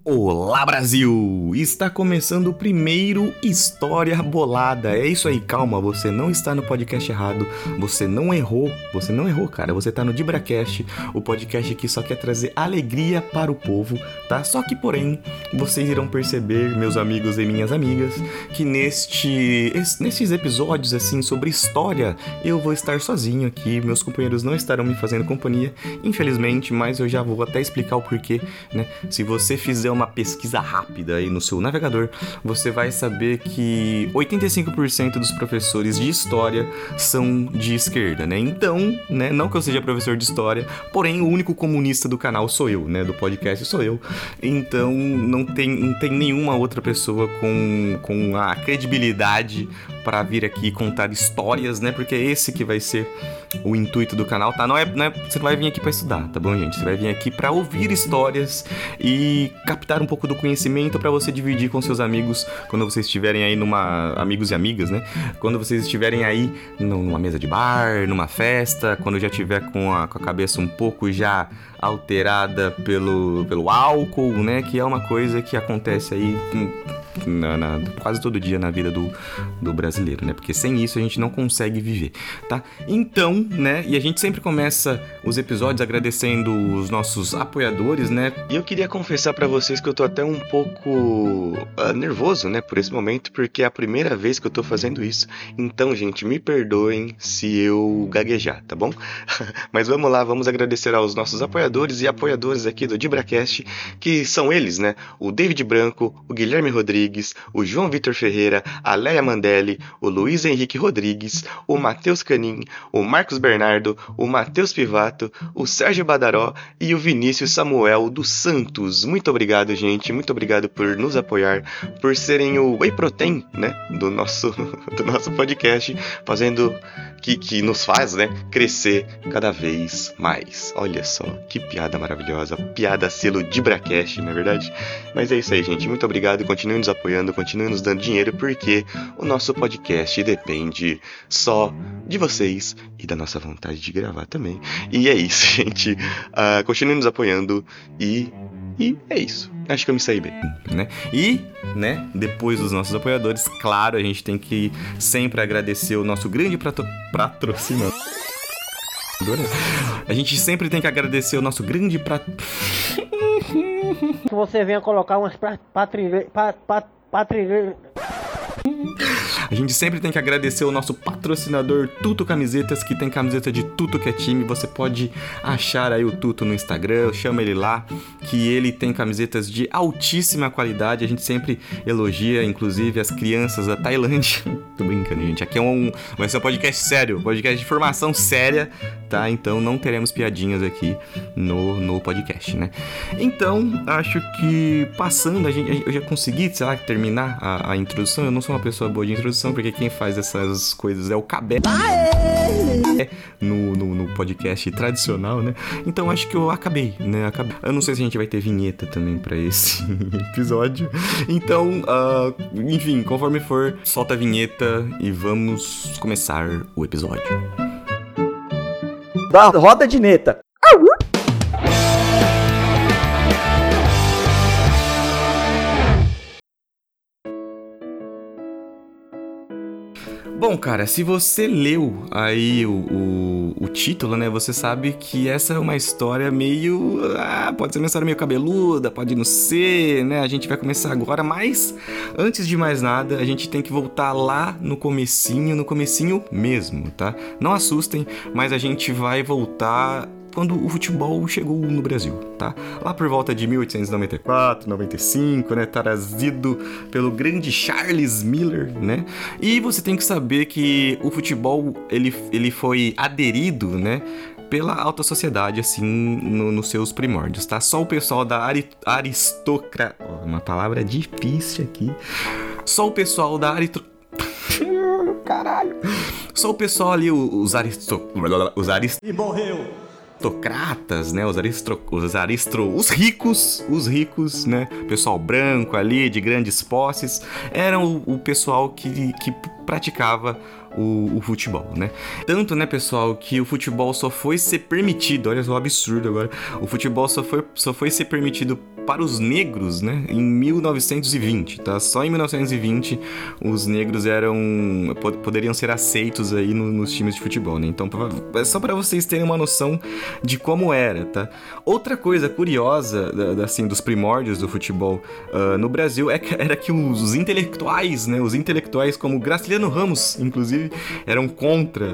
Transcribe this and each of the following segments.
Olá, Brasil! Está começando o primeiro História Bolada. É isso aí, calma, você não está no podcast errado, você não errou, cara, você está no DibraCast, o podcast que só quer trazer alegria para o povo, tá? Só que, porém, vocês irão perceber, meus amigos e minhas amigas, que nestes episódios, assim, sobre história, eu vou estar sozinho aqui, meus companheiros não estarão me fazendo companhia, infelizmente, mas eu já vou até explicar o porquê, né? Se você fizer uma pesquisa rápida aí no seu navegador, você vai saber que 85% dos professores de história são de esquerda, né? Então, né, não que eu seja professor de história, porém o único comunista do canal sou eu, né? Do podcast sou eu. Então, não tem nenhuma outra pessoa com a credibilidade para vir aqui contar histórias, né? Porque é esse que vai ser o intuito do canal, tá? Você não vai vir aqui para estudar, tá bom, gente? Você vai vir aqui para ouvir histórias e captar um pouco do conhecimento para você dividir com seus amigos quando vocês estiverem aí amigos e amigas, né? Quando vocês estiverem aí numa mesa de bar, numa festa, quando já tiver com a cabeça um pouco já alterada pelo álcool, né? Que é uma coisa que acontece aí quase todo dia na vida do brasileiro, né? Porque sem isso a gente não consegue viver, tá? Então, né? E a gente sempre começa os episódios agradecendo os nossos apoiadores, né? E eu queria confessar pra vocês que eu tô até um pouco nervoso, né? Por esse momento, porque é a primeira vez que eu tô fazendo isso. Então, gente, me perdoem se eu gaguejar, tá bom? Mas vamos lá, vamos agradecer aos nossos apoiadores e apoiadoras aqui do DibraCast, que são eles, né? O David Branco, o Guilherme Rodrigues, o João Vitor Ferreira, a Leia Mandelli, o Luiz Henrique Rodrigues, o Matheus Canin, o Marcos Bernardo, o Matheus Pivato, o Sérgio Badaró e o Vinícius Samuel dos Santos. Muito obrigado, gente. Muito obrigado por nos apoiar, por serem o Whey Protein, né, do nosso podcast, fazendo que nos faz, né, crescer cada vez mais. Olha só, que piada maravilhosa. Piada selo DibraCast, não é verdade? Mas é isso aí, gente. Muito obrigado. Continuem nos apoiando, continuem nos dando dinheiro, porque o nosso podcast depende só de vocês e da nossa vontade de gravar também. E é isso, gente. Continuem nos apoiando e é isso. Acho que eu me saí bem, né? E, né, depois dos nossos apoiadores, claro, a gente tem que sempre agradecer o nosso grande patrocinador. A gente sempre tem que agradecer o nosso grande que você venha colocar umas A gente sempre tem que agradecer o nosso patrocinador Tuto Camisetas, que tem camiseta de tudo que é time. Você pode achar aí o Tuto no Instagram, chama ele lá, que ele tem camisetas de altíssima qualidade. A gente sempre elogia, inclusive, as crianças da Tailândia. Tô brincando, gente. Aqui vai ser um podcast sério, podcast de formação séria, tá? Então não teremos piadinhas aqui no podcast, né? Então, acho que passando, eu já consegui, sei lá, terminar a introdução. Eu não sou uma pessoa boa de introdução, porque quem faz essas coisas é o Cabé no podcast tradicional, né? Então acho que eu acabei, né? Eu não sei se a gente vai ter vinheta também pra esse episódio. Então, enfim, conforme for, solta a vinheta e vamos começar o episódio. Da roda de neta. Bom, cara, se você leu aí o título, né, você sabe que essa é uma história meio... pode ser uma história meio cabeluda, pode não ser, né, a gente vai começar agora, mas antes de mais nada, a gente tem que voltar lá no comecinho mesmo, tá? Não assustem, mas a gente vai voltar quando o futebol chegou no Brasil, tá? Lá por volta de 1894, 95, né? Trazido pelo grande Charles Miller, né? E você tem que saber que o futebol, ele foi aderido, né, pela alta sociedade, assim, nos seus primórdios, tá? Só o pessoal da aristocracia... uma palavra difícil aqui. Só o pessoal da caralho! Só o pessoal ali, os E morreu! aristocratas, né, os ricos, né, pessoal branco ali, de grandes posses, eram o pessoal que praticava o futebol, né? Tanto, né, pessoal, que o futebol só foi ser permitido, olha só o absurdo agora, o futebol só foi ser permitido para os negros, né, em 1920, tá? Só em 1920 os negros poderiam ser aceitos aí nos times de futebol, né? Então, é só para vocês terem uma noção de como era, tá? Outra coisa curiosa, assim, dos primórdios do futebol no Brasil era que os intelectuais, né, como Graciliano Ramos, inclusive, eram contra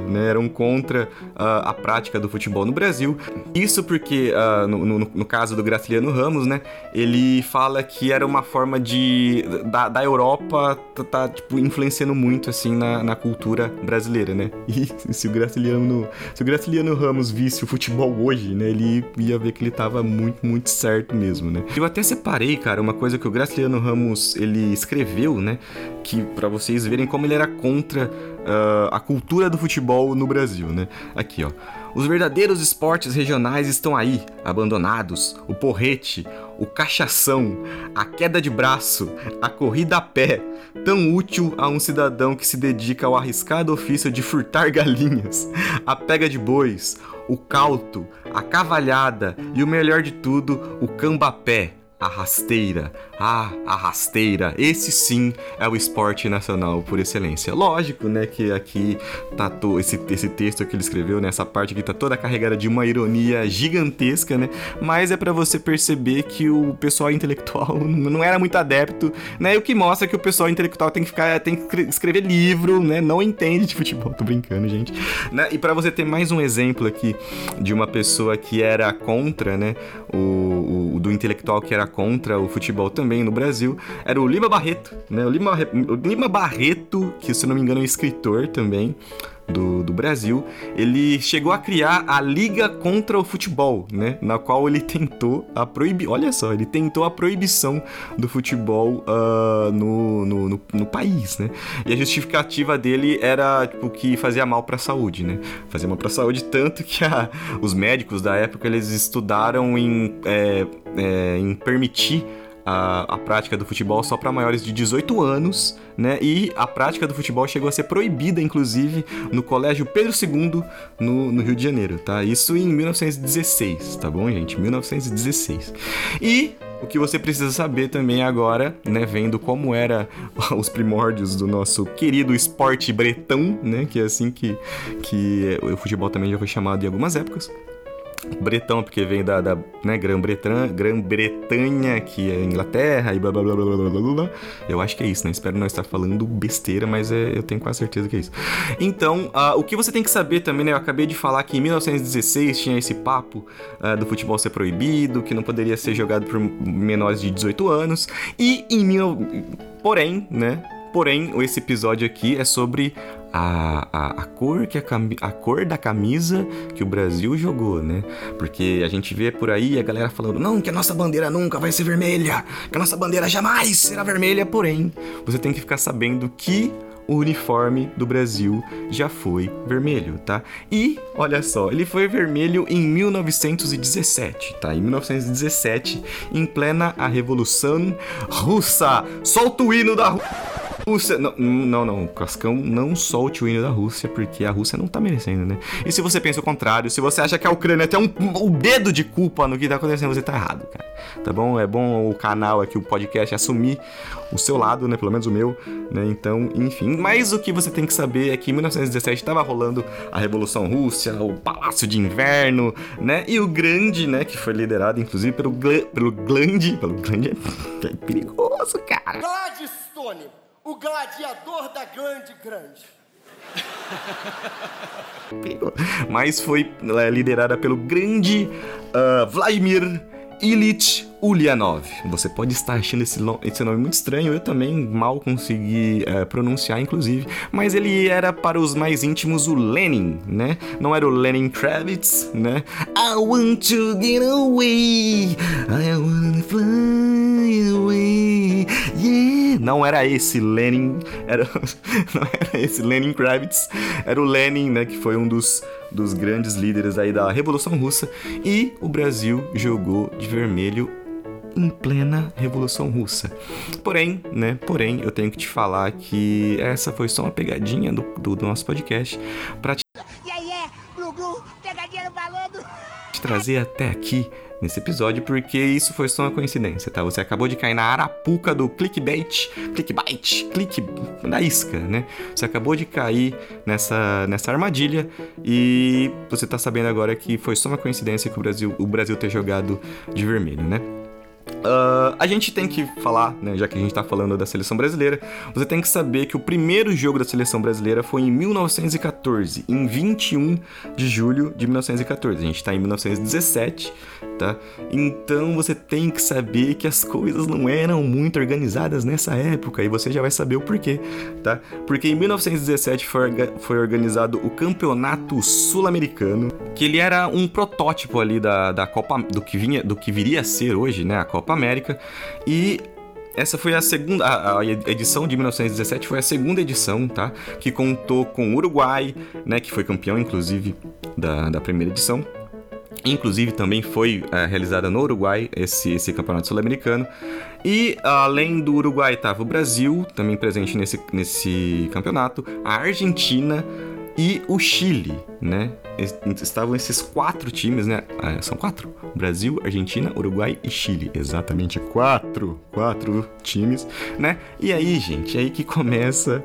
a prática do futebol no Brasil. Isso porque, no caso do Graciliano Ramos, né, ele fala que era uma forma da Europa tipo, influenciando muito, assim, na cultura brasileira, né? E se o Graciliano Ramos visse o futebol hoje, né, ele ia ver que ele tava muito, muito certo mesmo, né? Eu até separei, cara, uma coisa que o Graciliano Ramos, ele escreveu, né, que pra vocês verem como ele era contra a cultura do futebol no Brasil, né? Aqui, ó. Os verdadeiros esportes regionais estão aí, abandonados. O porrete, o cachação, a queda de braço, a corrida a pé, tão útil a um cidadão que se dedica ao arriscado ofício de furtar galinhas, a pega de bois, o cauto, a cavalhada e o melhor de tudo, o cambapé. A rasteira, a rasteira, esse sim é o esporte nacional por excelência. Lógico, né, que aqui tá esse texto que ele escreveu, né, essa parte aqui tá toda carregada de uma ironia gigantesca, né, mas é pra você perceber que o pessoal intelectual não era muito adepto, né, e o que mostra que o pessoal intelectual tem que escrever livro, né, não entende de futebol, tô brincando, gente, né, e pra você ter mais um exemplo aqui de uma pessoa que era contra, né, do intelectual que era contra o futebol também no Brasil, era o Lima Barreto, né? O Lima Barreto, que se não me engano é um escritor também do Brasil, ele chegou a criar a Liga contra o Futebol, né? Na qual ele tentou a proibição do futebol no país, né? E a justificativa dele era, tipo, que fazia mal pra saúde, né? Fazia mal pra saúde, tanto que os médicos da época, eles estudaram em permitir a prática do futebol só para maiores de 18 anos, né? E a prática do futebol chegou a ser proibida, inclusive, no Colégio Pedro II, no Rio de Janeiro, tá? Isso em 1916, tá bom, gente? 1916. E o que você precisa saber também agora, né, vendo como era os primórdios do nosso querido esporte bretão, né? Que é assim que o futebol também já foi chamado em algumas épocas. Bretão, porque vem da né, Grã-Bretanha, que é Inglaterra, e blá blá blá blá blá blá. Eu acho que é isso, né? Espero não estar falando besteira, mas eu tenho quase certeza que é isso. Então, o que você tem que saber também, né? Eu acabei de falar que em 1916 tinha esse papo do futebol ser proibido, que não poderia ser jogado por menores de 18 anos. E Porém, esse episódio aqui é sobre a cor da camisa que o Brasil jogou, né? Porque a gente vê por aí a galera falando, não, que a nossa bandeira nunca vai ser vermelha, que a nossa bandeira jamais será vermelha, porém, você tem que ficar sabendo que o uniforme do Brasil já foi vermelho, tá? E, olha só, ele foi vermelho em 1917, tá? Em 1917, em plena a Revolução Russa. Solta o hino da Rússia. Não, Cascão, não solte o hino da Rússia, porque a Rússia não tá merecendo, né? E se você pensa o contrário, se você acha que a Ucrânia tem um dedo de culpa no que tá acontecendo, você tá errado, cara. Tá bom? É bom o canal aqui, o podcast, assumir o seu lado, né? Pelo menos o meu, né? Então, enfim. Mas o que você tem que saber é que em 1917 tava rolando a Revolução Russa, o Palácio de Inverno, né? E o Grande, né? Que foi liderado, inclusive, pelo Glande é perigoso, cara. Gladstone, o gladiador da grande. Mas foi liderada pelo grande Vladimir Ilyich Ulyanov. Você pode estar achando esse nome muito estranho, eu também mal consegui pronunciar, inclusive, mas ele era para os mais íntimos o Lenin, né? Não era o Lenny Kravitz, né? I want to get away, I wanna fly away, yeah. Não era esse Lenin, não era esse Lenny Kravitz, era o Lenin, né? Que foi um dos grandes líderes aí da Revolução Russa, e o Brasil jogou de vermelho em plena Revolução Russa. Porém, eu tenho que te falar que essa foi só uma pegadinha do nosso podcast para te pegadinha no balão. trazer até aqui nesse episódio, porque isso foi só uma coincidência, tá? Você acabou de cair na arapuca do clickbait, clique da isca, né? Você acabou de cair nessa armadilha e você tá sabendo agora que foi só uma coincidência que o Brasil ter jogado de vermelho, né? A gente tem que falar, né, já que a gente tá falando da seleção brasileira, você tem que saber que o primeiro jogo da seleção brasileira foi em 1914, em 21 de julho de 1914. A gente tá em 1917, tá? Então você tem que saber que as coisas não eram muito organizadas nessa época, e você já vai saber o porquê, tá? Porque em 1917 foi organizado o Campeonato Sul-Americano, que ele era um protótipo ali da Copa, do que viria a ser hoje, né, a Copa América, e essa foi a segunda, a edição de 1917 foi a segunda edição, tá? Que contou com o Uruguai, né, que foi campeão, inclusive, da primeira edição. Inclusive, também foi realizada no Uruguai, esse campeonato sul-americano. E, além do Uruguai, estava o Brasil, também presente nesse campeonato, a Argentina e o Chile, né? Estavam esses 4 times, né? São 4? Brasil, Argentina, Uruguai e Chile. Exatamente 4 times, né? E aí, gente, aí que começa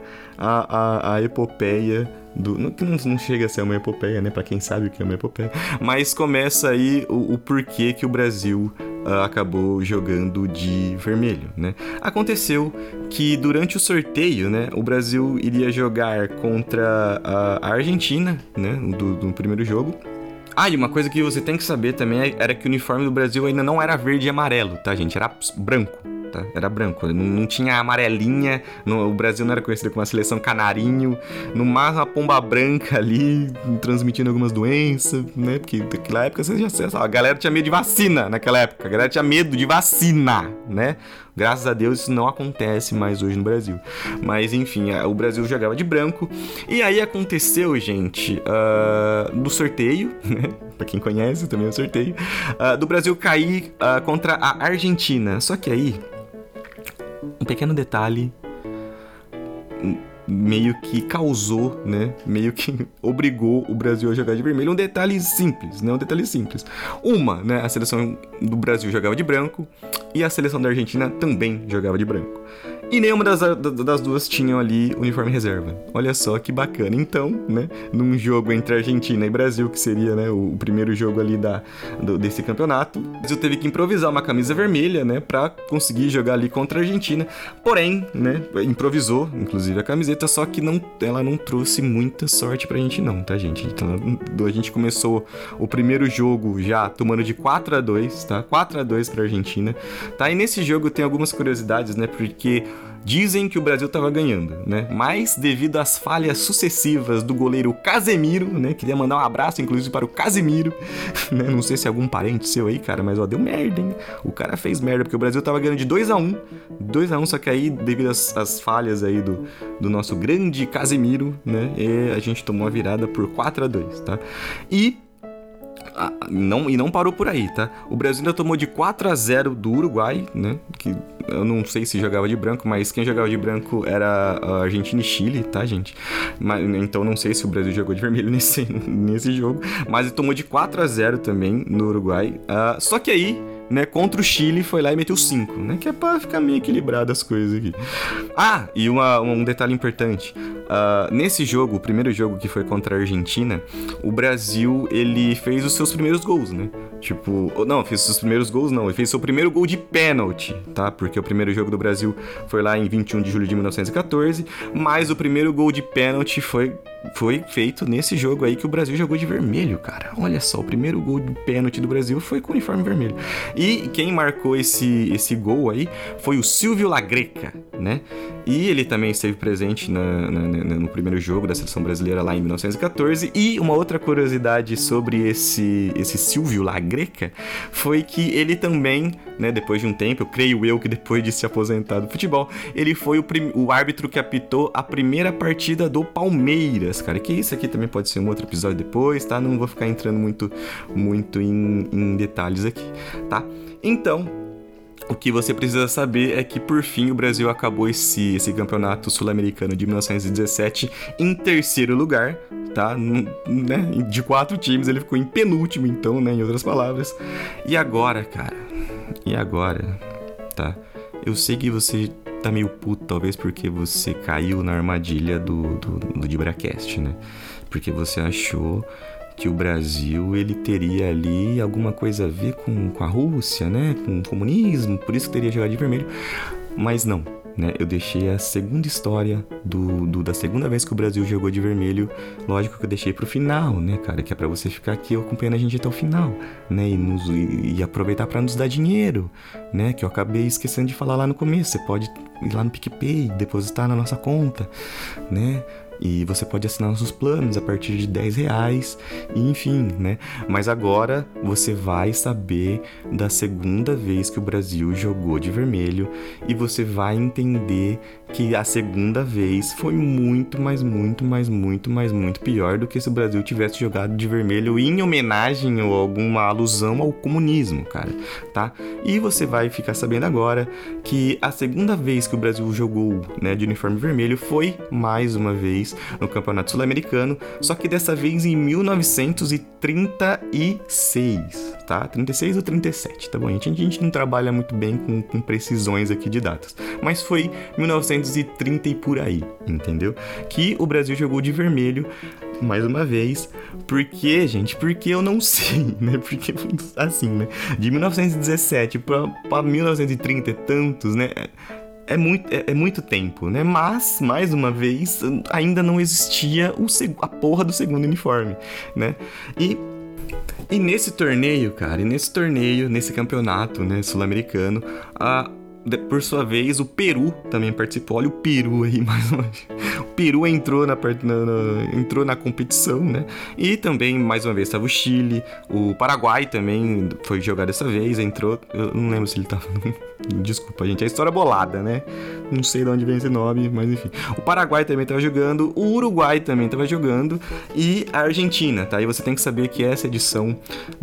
a epopeia não chega a ser uma epopeia, né? Pra quem sabe o que é uma epopeia. Mas começa aí o porquê que o Brasil acabou jogando de vermelho, né? Aconteceu que durante o sorteio, né, o Brasil iria jogar contra a Argentina, né, do primeiro jogo. E uma coisa que você tem que saber também era que o uniforme do Brasil ainda não era verde e amarelo, tá, gente? Era branco. Tá? Era branco, não tinha amarelinha, o Brasil não era conhecido como uma seleção canarinho, no máximo uma pomba branca ali, transmitindo algumas doenças, né? Porque naquela época, a galera tinha medo de vacina, a galera tinha medo de vacina, né? Graças a Deus isso não acontece mais hoje no Brasil. Mas enfim, o Brasil jogava de branco. E aí aconteceu, gente, do sorteio, né? Pra quem conhece também é o sorteio, do Brasil cair contra a Argentina. Só que aí, um pequeno detalhe meio que causou, né? Meio que obrigou o Brasil a jogar de vermelho. Um detalhe simples, né? Né? A seleção do Brasil jogava de branco e a seleção da Argentina também jogava de branco. E nenhuma das duas tinham ali uniforme reserva. Olha só que bacana. Então, né, num jogo entre Argentina e Brasil, que seria, né, o primeiro jogo ali desse campeonato, o Brasil teve que improvisar uma camisa vermelha, né, pra conseguir jogar ali contra a Argentina. Porém, né, improvisou, inclusive, a camiseta, só que ela não trouxe muita sorte pra gente não, tá, gente? Então, a gente começou o primeiro jogo já tomando de 4-2, tá? 4-2 pra Argentina, tá? E nesse jogo tem algumas curiosidades, né, porque dizem que o Brasil estava ganhando, né? Mas devido às falhas sucessivas do goleiro Casemiro, né? Queria mandar um abraço, inclusive, para o Casemiro, né? Não sei se é algum parente seu aí, cara, mas deu merda, hein? O cara fez merda, porque o Brasil tava ganhando de 2-1, só que aí, devido às falhas aí do nosso grande Casemiro, né? A gente tomou a virada por 4-2, tá? E não parou por aí, tá? O Brasil ainda tomou de 4-0 do Uruguai, né? Que eu não sei se jogava de branco, mas quem jogava de branco era a Argentina e Chile, tá, gente? Então não sei se o Brasil jogou de vermelho nesse jogo, mas ele tomou de 4-0 também no Uruguai. Só que aí, né, contra o Chile foi lá e meteu 5, né? Que é pra ficar meio equilibrado as coisas aqui. E um detalhe importante. Nesse jogo, o primeiro jogo que foi contra a Argentina, o Brasil, ele fez os seus primeiros gols, né? Ele fez seu primeiro gol de pênalti, tá? Porque o primeiro jogo do Brasil foi lá em 21 de julho de 1914, mas o primeiro gol de pênalti foi feito nesse jogo aí que o Brasil jogou de vermelho, cara. Olha só, o primeiro gol de pênalti do Brasil foi com o uniforme vermelho. E quem marcou esse gol aí foi o Silvio Lagreca, né? E ele também esteve presente no primeiro jogo da seleção brasileira lá em 1914. E uma outra curiosidade sobre esse Silvio Lagreca foi que ele também, né, depois de um tempo, eu creio que depois de se aposentar do futebol, ele foi o árbitro que apitou a primeira partida do Palmeiras, cara. Que isso aqui também pode ser um outro episódio depois, tá? Não vou ficar entrando muito em detalhes aqui, tá? Então, o que você precisa saber é que, por fim, o Brasil acabou esse campeonato sul-americano de 1917 em terceiro lugar, tá? Né? De 4 times, ele ficou em penúltimo, então, né? Em outras palavras. E agora, cara? Tá? Eu sei que você tá meio puto, talvez porque você caiu na armadilha do DibraCast, né? Porque você achou que o Brasil, ele teria ali alguma coisa a ver com a Rússia, né? Com o comunismo, por isso que teria jogado de vermelho. Mas não, né? Eu deixei a segunda história da segunda vez que o Brasil jogou de vermelho, lógico que eu deixei pro final, né, cara? Que é pra você ficar aqui acompanhando a gente até o final, né? E aproveitar pra nos dar dinheiro, né? Que eu acabei esquecendo de falar lá no começo. Você pode ir lá no PicPay, depositar na nossa conta, né? E você pode assinar nossos planos a partir de R$10, e enfim, né? Mas agora você vai saber da segunda vez que o Brasil jogou de vermelho e você vai entender que a segunda vez foi muito pior do que se o Brasil tivesse jogado de vermelho em homenagem ou alguma alusão ao comunismo, cara, tá? E você vai ficar sabendo agora que a segunda vez que o Brasil jogou, né, de uniforme vermelho foi mais uma vez no Campeonato Sul-Americano, só que dessa vez em 1936, tá? 36 ou 37, tá bom? A gente não trabalha muito bem com precisões aqui de datas, mas foi 1930 e por aí, entendeu? Que o Brasil jogou de vermelho mais uma vez. Por quê, gente? Porque eu não sei, né? Porque, assim, né? De 1917 pra 1930 e tantos, né? É muito tempo, né? Mas, mais uma vez, ainda não existia a porra do segundo uniforme, né? E nesse torneio, cara, nesse campeonato, né, sul-americano, por sua vez, o Peru também participou. Olha o Peru aí, mais uma vez. O Peru entrou na competição, né? E também, mais uma vez, estava o Chile. O Paraguai também foi jogar dessa vez, entrou. Eu não lembro se ele tava... Desculpa, gente, é a história bolada, né? Não sei de onde vem esse nome, mas enfim. O Paraguai também estava jogando, o Uruguai também estava jogando e a Argentina, tá? E você tem que saber que essa edição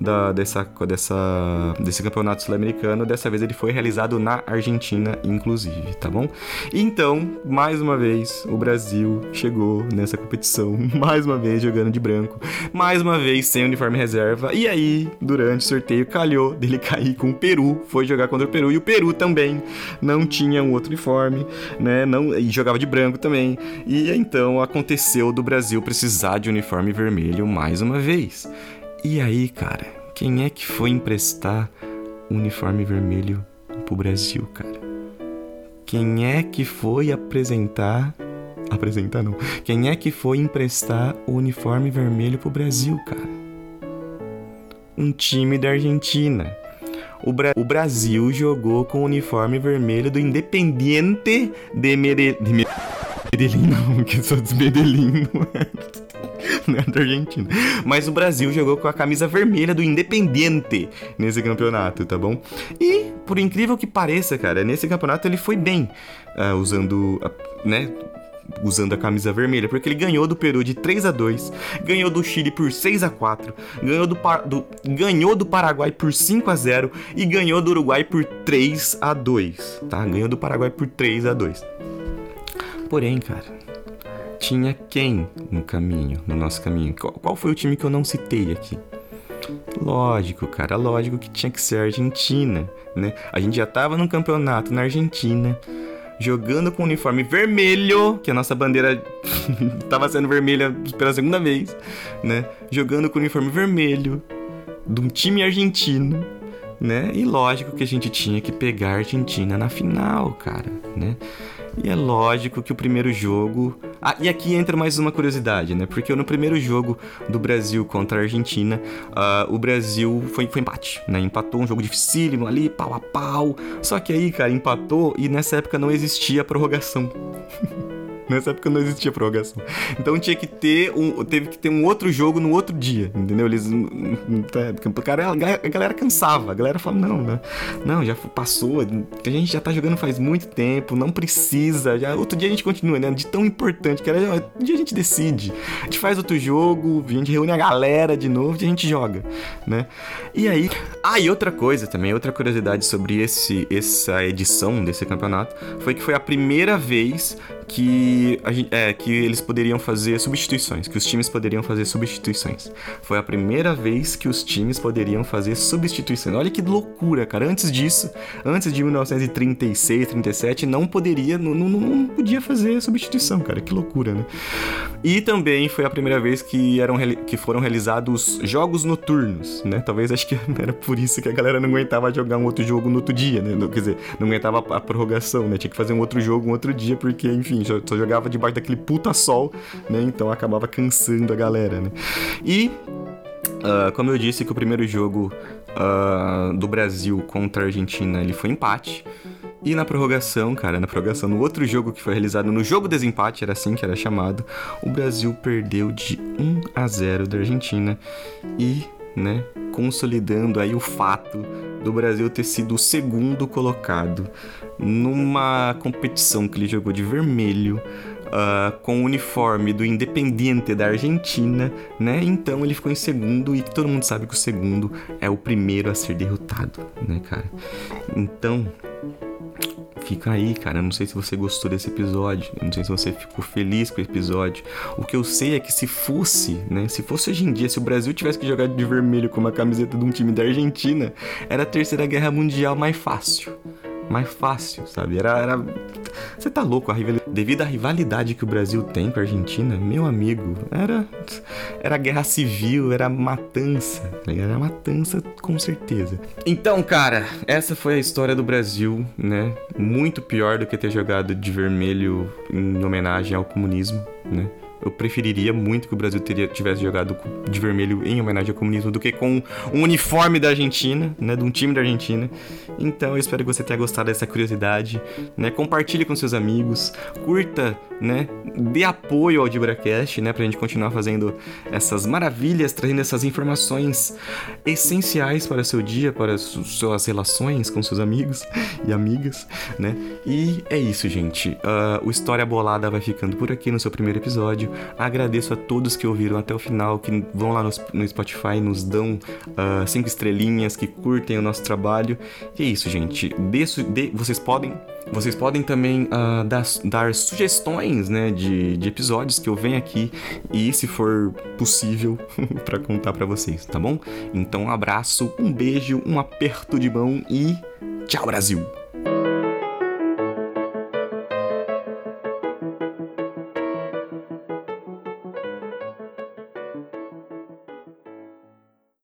desse campeonato sul-americano, dessa vez ele foi realizado na Argentina, inclusive, tá bom? Então, mais uma vez, o Brasil chegou nessa competição, mais uma vez jogando de branco, mais uma vez sem uniforme reserva, e aí, durante o sorteio, calhou dele cair com o Peru, foi jogar contra o Peru, e o Peru também não tinha um outro uniforme, né? E jogava de branco também. E então aconteceu do Brasil precisar de uniforme vermelho mais uma vez. E aí, cara, quem é que foi emprestar o uniforme vermelho pro Brasil, cara? Quem é que foi Quem é que foi emprestar o uniforme vermelho pro Brasil, cara? Um time da Argentina. O Brasil jogou com o uniforme vermelho do Independiente de Medellín. Não, que sou de Medellín, não é da Argentina. Mas o Brasil jogou com a camisa vermelha do Independiente nesse campeonato, tá bom? E, por incrível que pareça, cara, nesse campeonato ele foi bem, usando a camisa vermelha, porque ele ganhou do Peru de 3-2, ganhou do Chile por 6-4, ganhou do Paraguai por 5-0 e ganhou do Uruguai por 3-2, tá? Ganhou do Paraguai por 3-2. Porém, cara, tinha quem no nosso caminho? Qual foi o time que eu não citei aqui? Lógico, cara, lógico que tinha que ser a Argentina, né? A gente já tava num campeonato na Argentina, jogando com o uniforme vermelho, que a nossa bandeira estava sendo vermelha pela segunda vez, né? Jogando com o uniforme vermelho de um time argentino, né? E lógico que a gente tinha que pegar a Argentina na final, cara, né? E é lógico que o primeiro jogo... e aqui entra mais uma curiosidade, né? Porque no primeiro jogo do Brasil contra a Argentina, o Brasil foi empate, né? Empatou, um jogo dificílimo ali, pau a pau. Só que aí, cara, empatou e nessa época não existia prorrogação. Nessa época não existia prorrogação. Então teve que ter um outro jogo no outro dia, entendeu? A galera cansava. A galera fala, não, já passou. A gente já tá jogando faz muito tempo, não precisa. Outro dia a gente continua, né? De tão importante que era, um dia a gente decide. A gente faz outro jogo, a gente reúne a galera de novo e a gente joga, né? E aí, Ah, e outra coisa também, outra curiosidade sobre essa edição desse campeonato foi que foi a primeira vez que eles poderiam fazer substituições, que os times poderiam fazer substituições. Foi a primeira vez que os times poderiam fazer substituições. Olha que loucura, cara. Antes disso, antes de 1936, 37, não podia fazer substituição, cara. Que loucura, né? E também foi a primeira vez que foram realizados jogos noturnos, né? Talvez, acho que era por isso que a galera não aguentava jogar um outro jogo no outro dia, né? Quer dizer, não aguentava a prorrogação, né? Tinha que fazer um outro jogo um outro dia, porque, enfim, só jogava debaixo daquele puta sol, né? Então acabava cansando a galera, né? E, como eu disse, que o primeiro jogo do Brasil contra a Argentina, ele foi empate. E na prorrogação, no outro jogo que foi realizado, no jogo desempate, era assim que era chamado, o Brasil perdeu de 1-0 da Argentina e, né, consolidando aí o fato do Brasil ter sido o segundo colocado numa competição que ele jogou de vermelho, com o uniforme do Independiente da Argentina, né? Então ele ficou em segundo, e todo mundo sabe que o segundo é o primeiro a ser derrotado, né, cara? Então, fica aí, cara. Eu não sei se você gostou desse episódio, eu não sei se você ficou feliz com o episódio. O que eu sei é que se fosse hoje em dia, se o Brasil tivesse que jogar de vermelho com uma camiseta de um time da Argentina, era a Terceira Guerra Mundial mais fácil, sabe? Era... Você tá louco, devido à rivalidade que o Brasil tem com a Argentina, meu amigo, era guerra civil, era matança com certeza. Então, cara, essa foi a história do Brasil, né? Muito pior do que ter jogado de vermelho em homenagem ao comunismo, né? Eu preferiria muito que o Brasil tivesse jogado de vermelho em homenagem ao comunismo do que com um uniforme da Argentina, né, de um time da Argentina. Então eu espero que você tenha gostado dessa curiosidade, né? Compartilhe com seus amigos, curta, né? Dê apoio ao DibraCast, né, pra gente continuar fazendo essas maravilhas, trazendo essas informações essenciais para o seu dia, para as suas relações com seus amigos e amigas, né? E é isso, gente. O História Bolada vai ficando por aqui no seu primeiro episódio. Agradeço a todos que ouviram até o final, que vão lá no Spotify, nos dão 5 estrelinhas, que curtem o nosso trabalho. E é isso, gente. Vocês podem também dar sugestões, né, de episódios que eu venho aqui e, se for possível, pra contar pra vocês, tá bom? Então, um abraço, um beijo, um aperto de mão e tchau, Brasil!